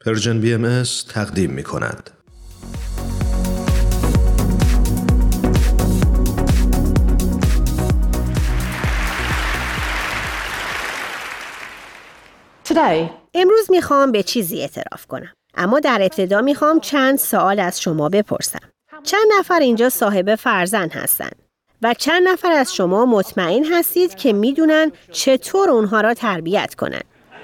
پرژن BMS تقدیم می کند. امروز میخوام به چیزی اعتراف کنم. اما در ابتدا میخوام چند سوال از شما بپرسم. چند نفر اینجا صاحب فرزند هستن؟ و چند نفر از شما مطمئن هستید که میدونن چطور اونها را تربیت کنن؟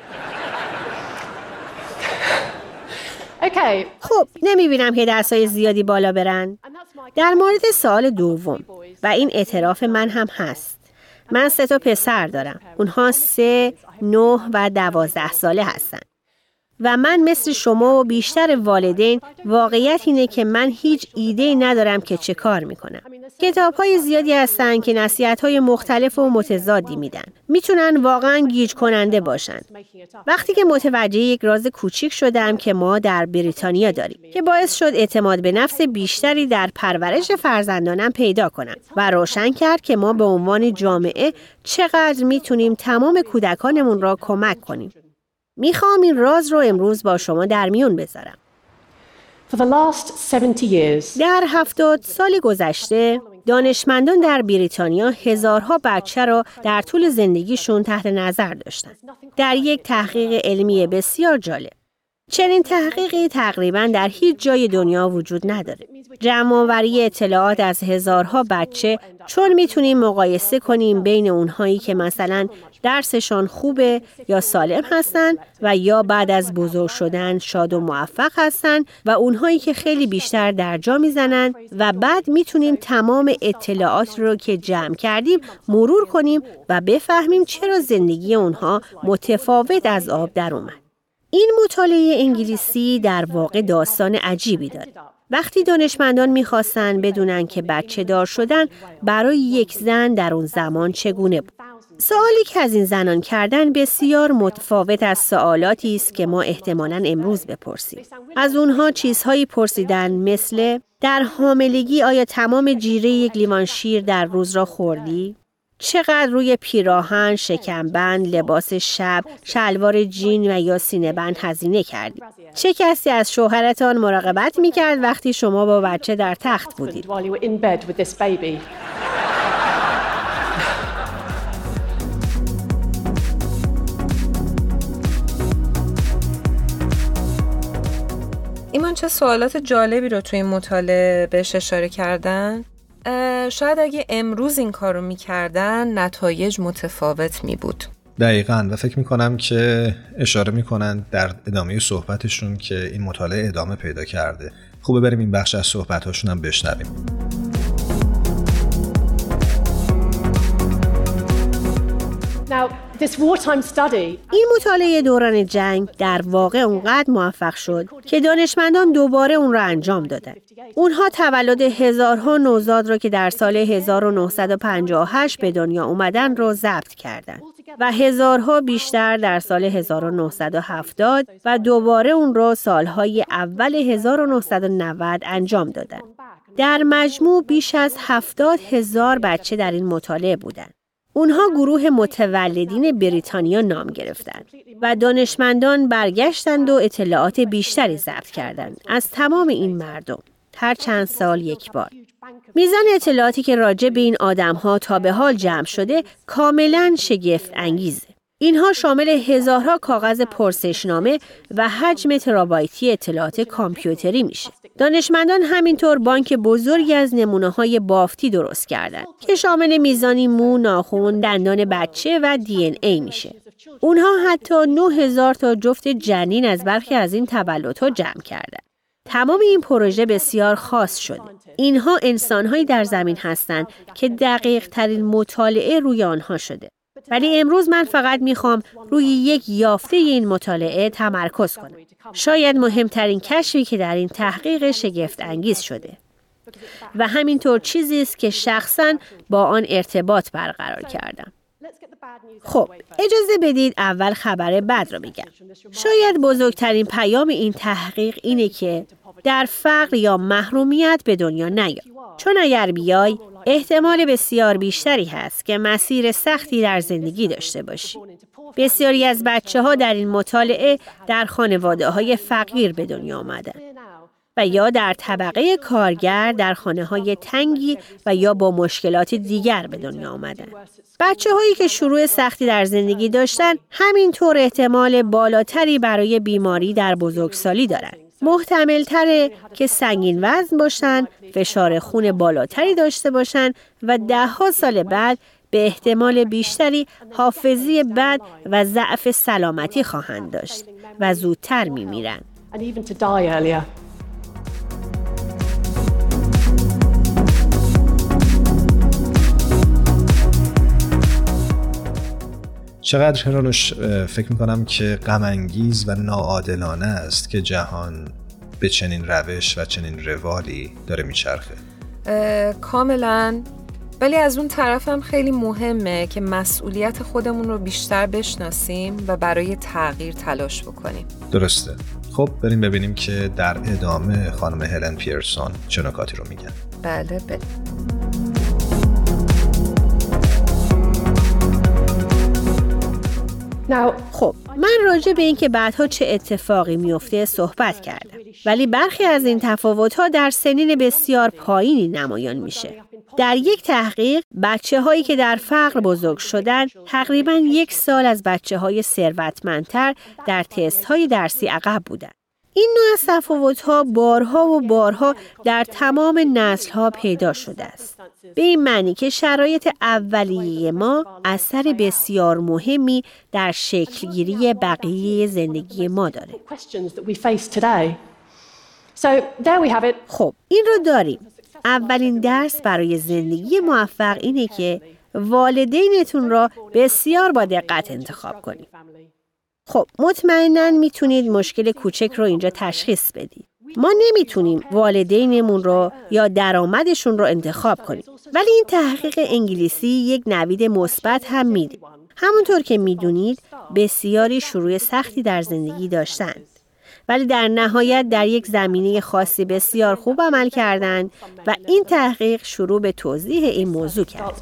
خب نمیبینم که دستای زیادی بالا برن. در مورد سوال دوم و این اعتراف من هم هست. من 3 پسر دارم. اونها 3، 9 و 12 ساله هستن. و من مثل شما و بیشتر والدین واقعیت اینه که من هیچ ایده‌ای ندارم که چه کار میکنم. کتاب‌های زیادی هستن که نصیحت‌های مختلف و متضادی میدن. میتونن واقعاً گیج کننده باشن. وقتی که متوجه یک راز کوچیک شدم که ما در بریتانیا داریم که باعث شد اعتماد به نفس بیشتری در پرورش فرزندانم پیدا کنم و روشن کرد که ما به عنوان جامعه چقدر میتونیم تمام کودکانمون را کمک کنیم. میخوام این راز رو امروز با شما در میون بذارم. در 70 سال گذشته، دانشمندان در بریتانیا هزارها بچه را در طول زندگیشون تحت نظر داشتند. در یک تحقیق علمی بسیار جالب. چنین تحقیقی تقریباً در هیچ جای دنیا وجود نداره. جمع‌آوری اطلاعات از هزارها بچه چون میتونیم مقایسه کنیم بین اونهایی که مثلا درسشان خوبه یا سالم هستن و یا بعد از بزرگ شدن شاد و موفق هستن و اونهایی که خیلی بیشتر درجا میزنن و بعد میتونیم تمام اطلاعات رو که جمع کردیم مرور کنیم و بفهمیم چرا زندگی اونها متفاوت از آب در اومد. این مطالعه انگلیسی در واقع داستان عجیبی داره. وقتی دانشمندان میخواستن بدونن که بچه دار شدن برای یک زن در اون زمان چگونه بود. سوالی که از این زنان کردن بسیار متفاوت از سوالاتی است که ما احتمالاً امروز بپرسیم. از اونها چیزهایی پرسیدن مثل در حاملگی آیا تمام جیره یک لیوان شیر در روز را خوردی؟ چقدر روی پیراهن، شکمبند، لباس شب، شلوار جین و یا سینه‌بند هزینه کردید؟ چه کسی از شوهرتان مراقبت می‌کرد وقتی شما با بچه در تخت بودید؟ ایمان چه سوالات جالبی رو توی این مطالعه بهش اشاره کردن؟ شاید اگه امروز این کار رو می‌کردن نتایج متفاوت می‌بود. دقیقاً و فکر می‌کنم که اشاره می‌کنن در ادامه صحبتشون که این مطالعه ادامه پیدا کرده. خوبه بریم این بخش از صحبتاشون هم بشنویم. این مطالعه دوران جنگ در واقع اونقدر موفق شد که دانشمندان دوباره اون را انجام دادن. اونها تولد هزارها نوزاد را که در سال 1958 به دنیا اومدن رو ضبط کردند و هزارها بیشتر در سال 1970 و دوباره اون رو سالهای اول 1990 انجام دادن. در مجموع بیش از 70,000 بچه در این مطالعه بودند. اونها گروه متولدین بریتانیا نام گرفتند و دانشمندان برگشتند و اطلاعات بیشتری ضبط کردند از تمام این مردم هر چند سال یک بار. میزان اطلاعاتی که راجع به این آدم‌ها تا به حال جمع شده کاملاً شگفت انگیزه. اینها شامل هزارها کاغذ پرسشنامه و حجم ترابایتی اطلاعات کامپیوتری میشه. دانشمندان همینطور بانک بزرگی از نمونه‌های بافتی درست کردند که شامل میزانی مو، ناخن، دندان بچه و DNA میشه. اونها حتی 9,000 تا جفت جنین از برخی از این تولدها جمع کردند. تمام این پروژه بسیار خاص شده. اینها انسان‌هایی در زمین هستند که دقیق ترین مطالعه روی آنها شده. ولی امروز من فقط میخوام روی یک یافته این مطالعه تمرکز کنم. شاید مهمترین کشفی که در این تحقیق شگفت انگیز شده. و همینطور چیزی است که شخصاً با آن ارتباط برقرار کردم. خب، اجازه بدید اول خبر بد رو بگم. شاید بزرگترین پیام این تحقیق اینه که در فقر یا محرومیت به دنیا نیای. چون اگر بیای، احتمال بسیار بیشتری هست که مسیر سختی در زندگی داشته باشی. بسیاری از بچه‌ها در این مطالعه در خانواده‌های فقیر به دنیا آمدند و یا در طبقه کارگر در خانه‌های تنگی و یا با مشکلات دیگر به دنیا آمدند. بچه‌هایی که شروع سختی در زندگی داشتن همینطور احتمال بالاتری برای بیماری در بزرگسالی دارند. محتمل تره که سنگین وزن باشن، فشار خون بالاتری داشته باشن و 10 سال بعد به احتمال بیشتری حافظه بد و ضعف سلامتی خواهند داشت و زودتر میمیرن. چقدر هرانوش فکر میکنم که غم انگیز و ناعادلانه است که جهان به چنین روش و چنین روالی داره میچرخه. کاملا. ولی از اون طرف هم خیلی مهمه که مسئولیت خودمون رو بیشتر بشناسیم و برای تغییر تلاش بکنیم. درسته. خب بریم ببینیم که در ادامه خانم هلن پیرسون چه نکاتی رو میگن. بله. خب من راجع به این که بعدها چه اتفاقی میفته صحبت کردم، ولی برخی از این تفاوت‌ها در سنین بسیار پایینی نمایان میشه. در یک تحقیق بچه‌هایی که در فقر بزرگ شدن تقریباً 1 سال از بچه‌های ثروتمندتر در تست‌های درسی عقب بودند. این نوع از تفاوت‌ها بارها و بارها در تمام نسل‌ها پیدا شده است. به این معنی که شرایط اولیه ما اثر بسیار مهمی در شکلگیری بقیه زندگی ما داره. خب این رو داریم. اولین درس برای زندگی موفق اینه که والدینتون را بسیار با دقت انتخاب کنید. خب مطمئناً میتونید مشکل کوچک رو اینجا تشخیص بدید. ما نمیتونیم والدینمون رو یا درآمدشون رو انتخاب کنیم. ولی این تحقیق انگلیسی یک نوید مثبت هم میده. همونطور که میدونید بسیاری شروع سختی در زندگی داشتند. ولی در نهایت در یک زمینه خاصی بسیار خوب عمل کردند و این تحقیق شروع به توضیح این موضوع کرد.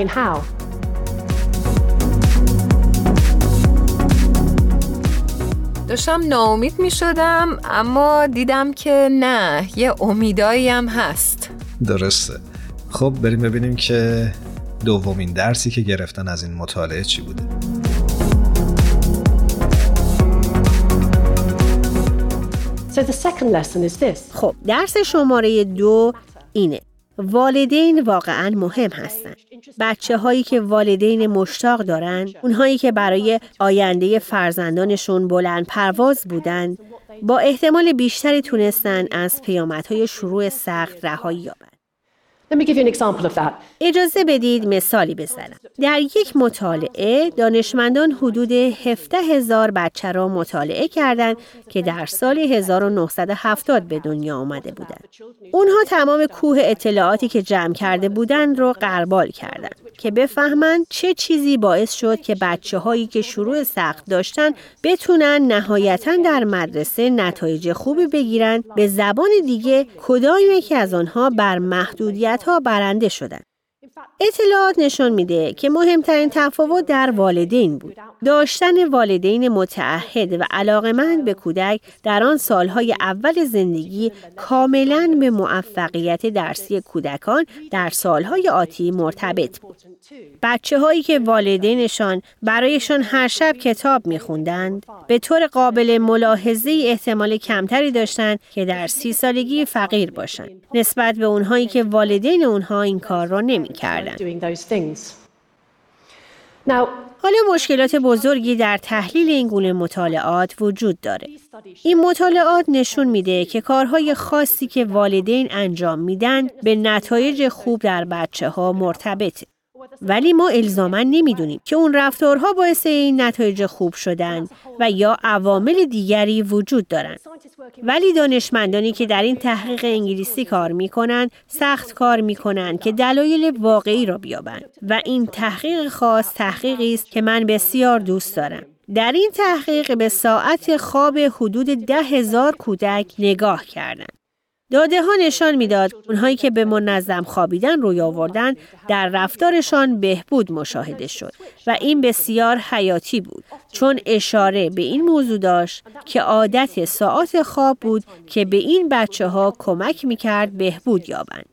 داشتم ناامید می شدم اما دیدم که نه، یه امیدایی هم هست. درسته. خب بریم ببینیم که دومین درسی که گرفتن از این مطالعه چی بوده. خب درس شماره 2 اینه. والدین واقعاً مهم هستند. بچه‌هایی که والدین مشتاق دارن، اونهایی که برای آینده فرزندانشون بلند پرواز بودن، با احتمال بیشتری تونستن از پیامدهای شروع سخت رهایی یابن. اجازه بدید مثالی بزنم. در یک مطالعه دانشمندان حدود 17,000 بچه را مطالعه کردند که در سال 1970 به دنیا آمده بودند. اونها تمام کوه اطلاعاتی که جمع کرده بودند رو غربال کردند که بفهمند چه چیزی باعث شد که بچه‌هایی که شروع سخت داشتن بتونن نهایتاً در مدرسه نتایج خوبی بگیرن. به زبان دیگه کدام یکی از آنها بر محدودیت‌ها برنده شدن. اطلاعات نشون میده که مهمترین تفاوت در والدین بود. داشتن والدین متعهد و علاقه‌مند به کودک در آن سالهای اول زندگی کاملاً به موفقیت درسی کودکان در سالهای آتی مرتبط بود. بچه‌هایی که والدینشان برایشان هر شب کتاب می‌خوندند، به طور قابل ملاحظه احتمال کمتری داشتند که در 30 سالگی فقیر باشند، نسبت به اونهایی که والدین اونها این کار را نمی‌کردند. حالا مشکلات بزرگی در تحلیل این گونه مطالعات وجود داره. این مطالعات نشون میده که کارهای خاصی که والدین انجام میدن به نتایج خوب در بچه‌ها مرتبطه. ولی ما الزاماً نمیدونیم که اون رفتارها باعث این نتایج خوب شدن و یا عوامل دیگری وجود دارن. ولی دانشمندانی که در این تحقیق انگلیسی کار میکنن، سخت کار میکنن که دلایل واقعی را بیابند و این تحقیق خاص تحقیقی است که من بسیار دوست دارم. در این تحقیق به ساعت خواب حدود 10,000 کودک نگاه کردند. داده ها نشان میداد اونهایی که به منظم خوابیدن روی آوردن در رفتارشان بهبود مشاهده شد و این بسیار حیاتی بود چون اشاره به این موضوع داشت که عادت ساعات خواب بود که به این بچه‌ها کمک می‌کرد بهبود یابند.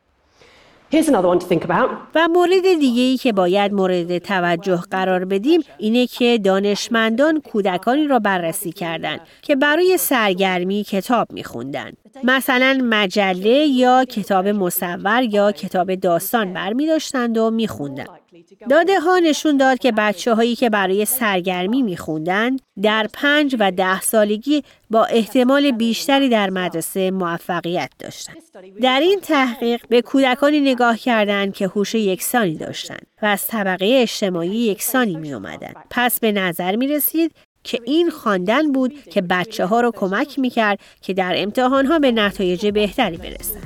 و مورد دیگه‌ای که باید مورد توجه قرار بدیم اینه که دانشمندان کودکانی را بررسی کردند که برای سرگرمی کتاب می‌خواندند. مثلا مجله یا کتاب مصور یا کتاب داستان برمی داشتند و می‌خواندند. داده ها نشون داد که بچه‌هایی که برای سرگرمی می‌خواندند در 5 و 10 سالگی با احتمال بیشتری در مدرسه موفقیت داشتند. در این تحقیق به کودکانی نگاه کردند که هوش یکسانی داشتند و از طبقه اجتماعی یکسانی می‌آمدند. پس به نظر می‌رسید که این خواندن بود که بچه‌ها را کمک می‌کرد که در امتحان‌ها به نتایج بهتری برسند.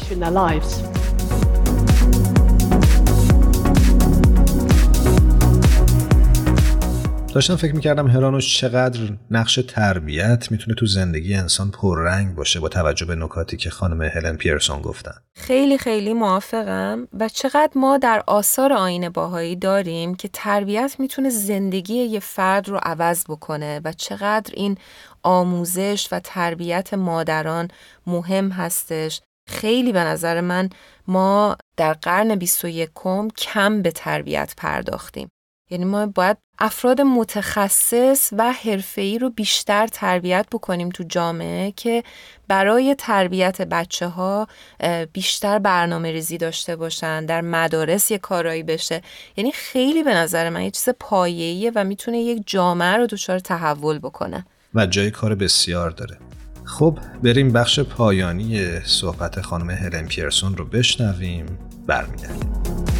داشتم فکر میکردم هرانوش چقدر نقش تربیت میتونه تو زندگی انسان پررنگ باشه با توجه به نکاتی که خانم هلن پیرسون گفتن. خیلی خیلی موافقم و چقدر ما در آثار آیین باهایی داریم که تربیت میتونه زندگی یه فرد رو عوض بکنه و چقدر این آموزش و تربیت مادران مهم هستش. خیلی به نظر من ما در قرن 21 کم به تربیت پرداختیم. یعنی ما باید افراد متخصص و حرفه‌ای رو بیشتر تربیت بکنیم تو جامعه که برای تربیت بچه‌ها بیشتر برنامه‌ریزی داشته باشن، در مدارس یه کارایی بشه. یعنی خیلی به نظر من یه چیز پایه‌ایه و میتونه یک جامعه رو دچار تحول بکنه و جای کار بسیار داره. خب بریم بخش پایانی صحبت خانم هلن پیرسون رو بشنویم، برمیگردیم.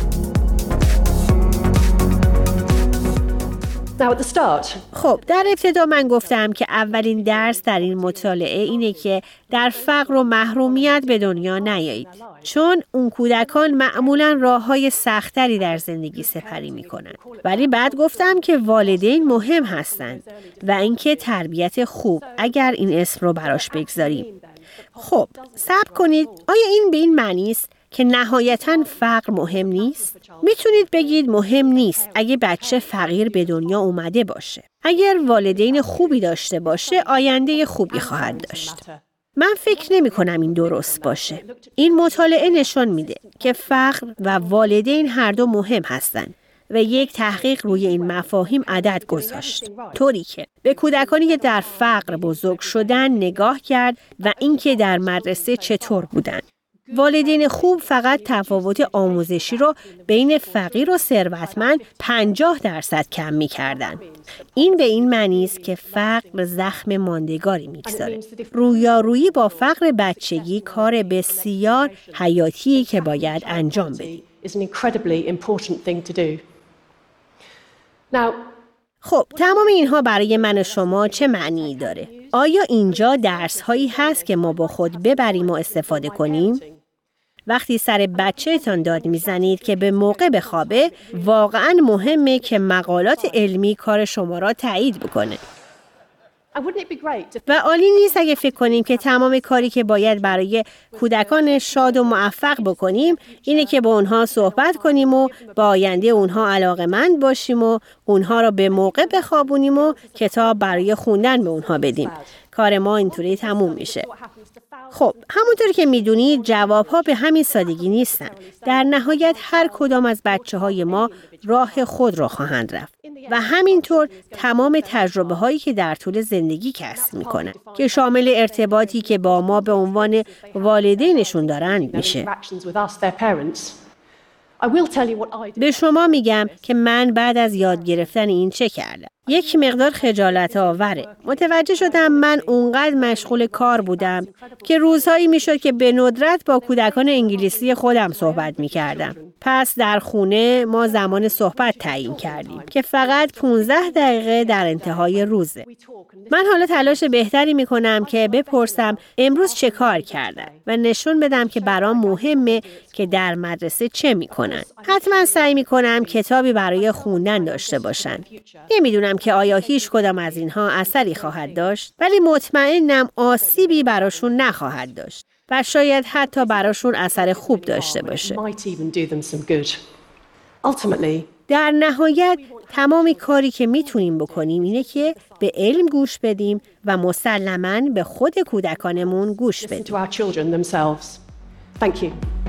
خب در ابتدا من گفتم که اولین درس در این مطالعه اینه که در فقر و محرومیت به دنیا نیایید، چون اون کودکان معمولاً راه‌های سختری در زندگی سپری می‌کنند. ولی بعد گفتم که والدین مهم هستند و اینکه تربیت خوب، اگر این اسم رو براش بگذاریم. خب صبر کنید، آیا این به این معنی است که نهایتاً فقر مهم نیست؟ میتونید بگید مهم نیست اگه بچه فقیر به دنیا اومده باشه. اگر والدین خوبی داشته باشه، آینده خوبی خواهد داشت. من فکر نمی کنم این درست باشه. این مطالعه نشان میده که فقر و والدین هر دو مهم هستند و یک تحقیق روی این مفاهیم عدد گذاشت. طوری که به کودکانی که در فقر بزرگ شدن نگاه کرد و اینکه در مدرسه چطور بودن. والدین خوب فقط تفاوت آموزشی رو بین فقیر و ثروتمند 50% کم می‌کردن. این به این معنی است که فقر زخم ماندگاری می‌گذاره. رویارویی با فقر بچگی کار بسیار حیاتیه که باید انجام بدیم. خب تمام اینها برای من و شما چه معنی داره؟ آیا اینجا درس هایی هست که ما با خود ببریم و استفاده کنیم؟ وقتی سر بچه‌تان داد میزنید که به موقع بخوابه، واقعاً مهمه که مقالات علمی کار شما را تایید بکنه. و عالی نیست اگه فکر کنیم که تمام کاری که باید برای کودکان شاد و موفق بکنیم اینه که با اونها صحبت کنیم و با آینده اونها علاقه‌مند باشیم و اونها را به موقع بخوابونیم و کتاب برای خوندن به اونها بدیم. کار ما اینطوری تموم میشه. خب همونطور که میدونید جوابها به همین سادگی نیستن. در نهایت هر کدام از بچه‌های ما راه خود را خواهند رفت و همینطور تمام تجربه هایی که در طول زندگی کسب میکنن که شامل ارتباطی که با ما به عنوان والدینشون دارند میشه. به شما میگم که من بعد از یاد گرفتن این چه کردم. یک مقدار خجالت آوره. متوجه شدم من اونقدر مشغول کار بودم که روزهایی میشد که به ندرت با کودکان انگلیسی خودم صحبت میکردم. پس در خونه ما زمان صحبت تعیین کردیم که فقط 15 دقیقه در انتهای روزه. من حالا تلاش بهتری میکنم که بپرسم امروز چه کار کردن و نشون بدم که برام مهمه که در مدرسه چه میکنن. حتما سعی میکنم کتابی برای خوندن داشته باشن. نمیدونم که آیا هیچ کدام از اینها اثری خواهد داشت، ولی مطمئنم آسیبی براشون نخواهد داشت. و شاید حتی براشون اثر خوب داشته باشه. در نهایت تمام کاری که میتونیم بکنیم اینه که به علم گوش بدیم و مسلماً به خود کودکانمون گوش بدیم.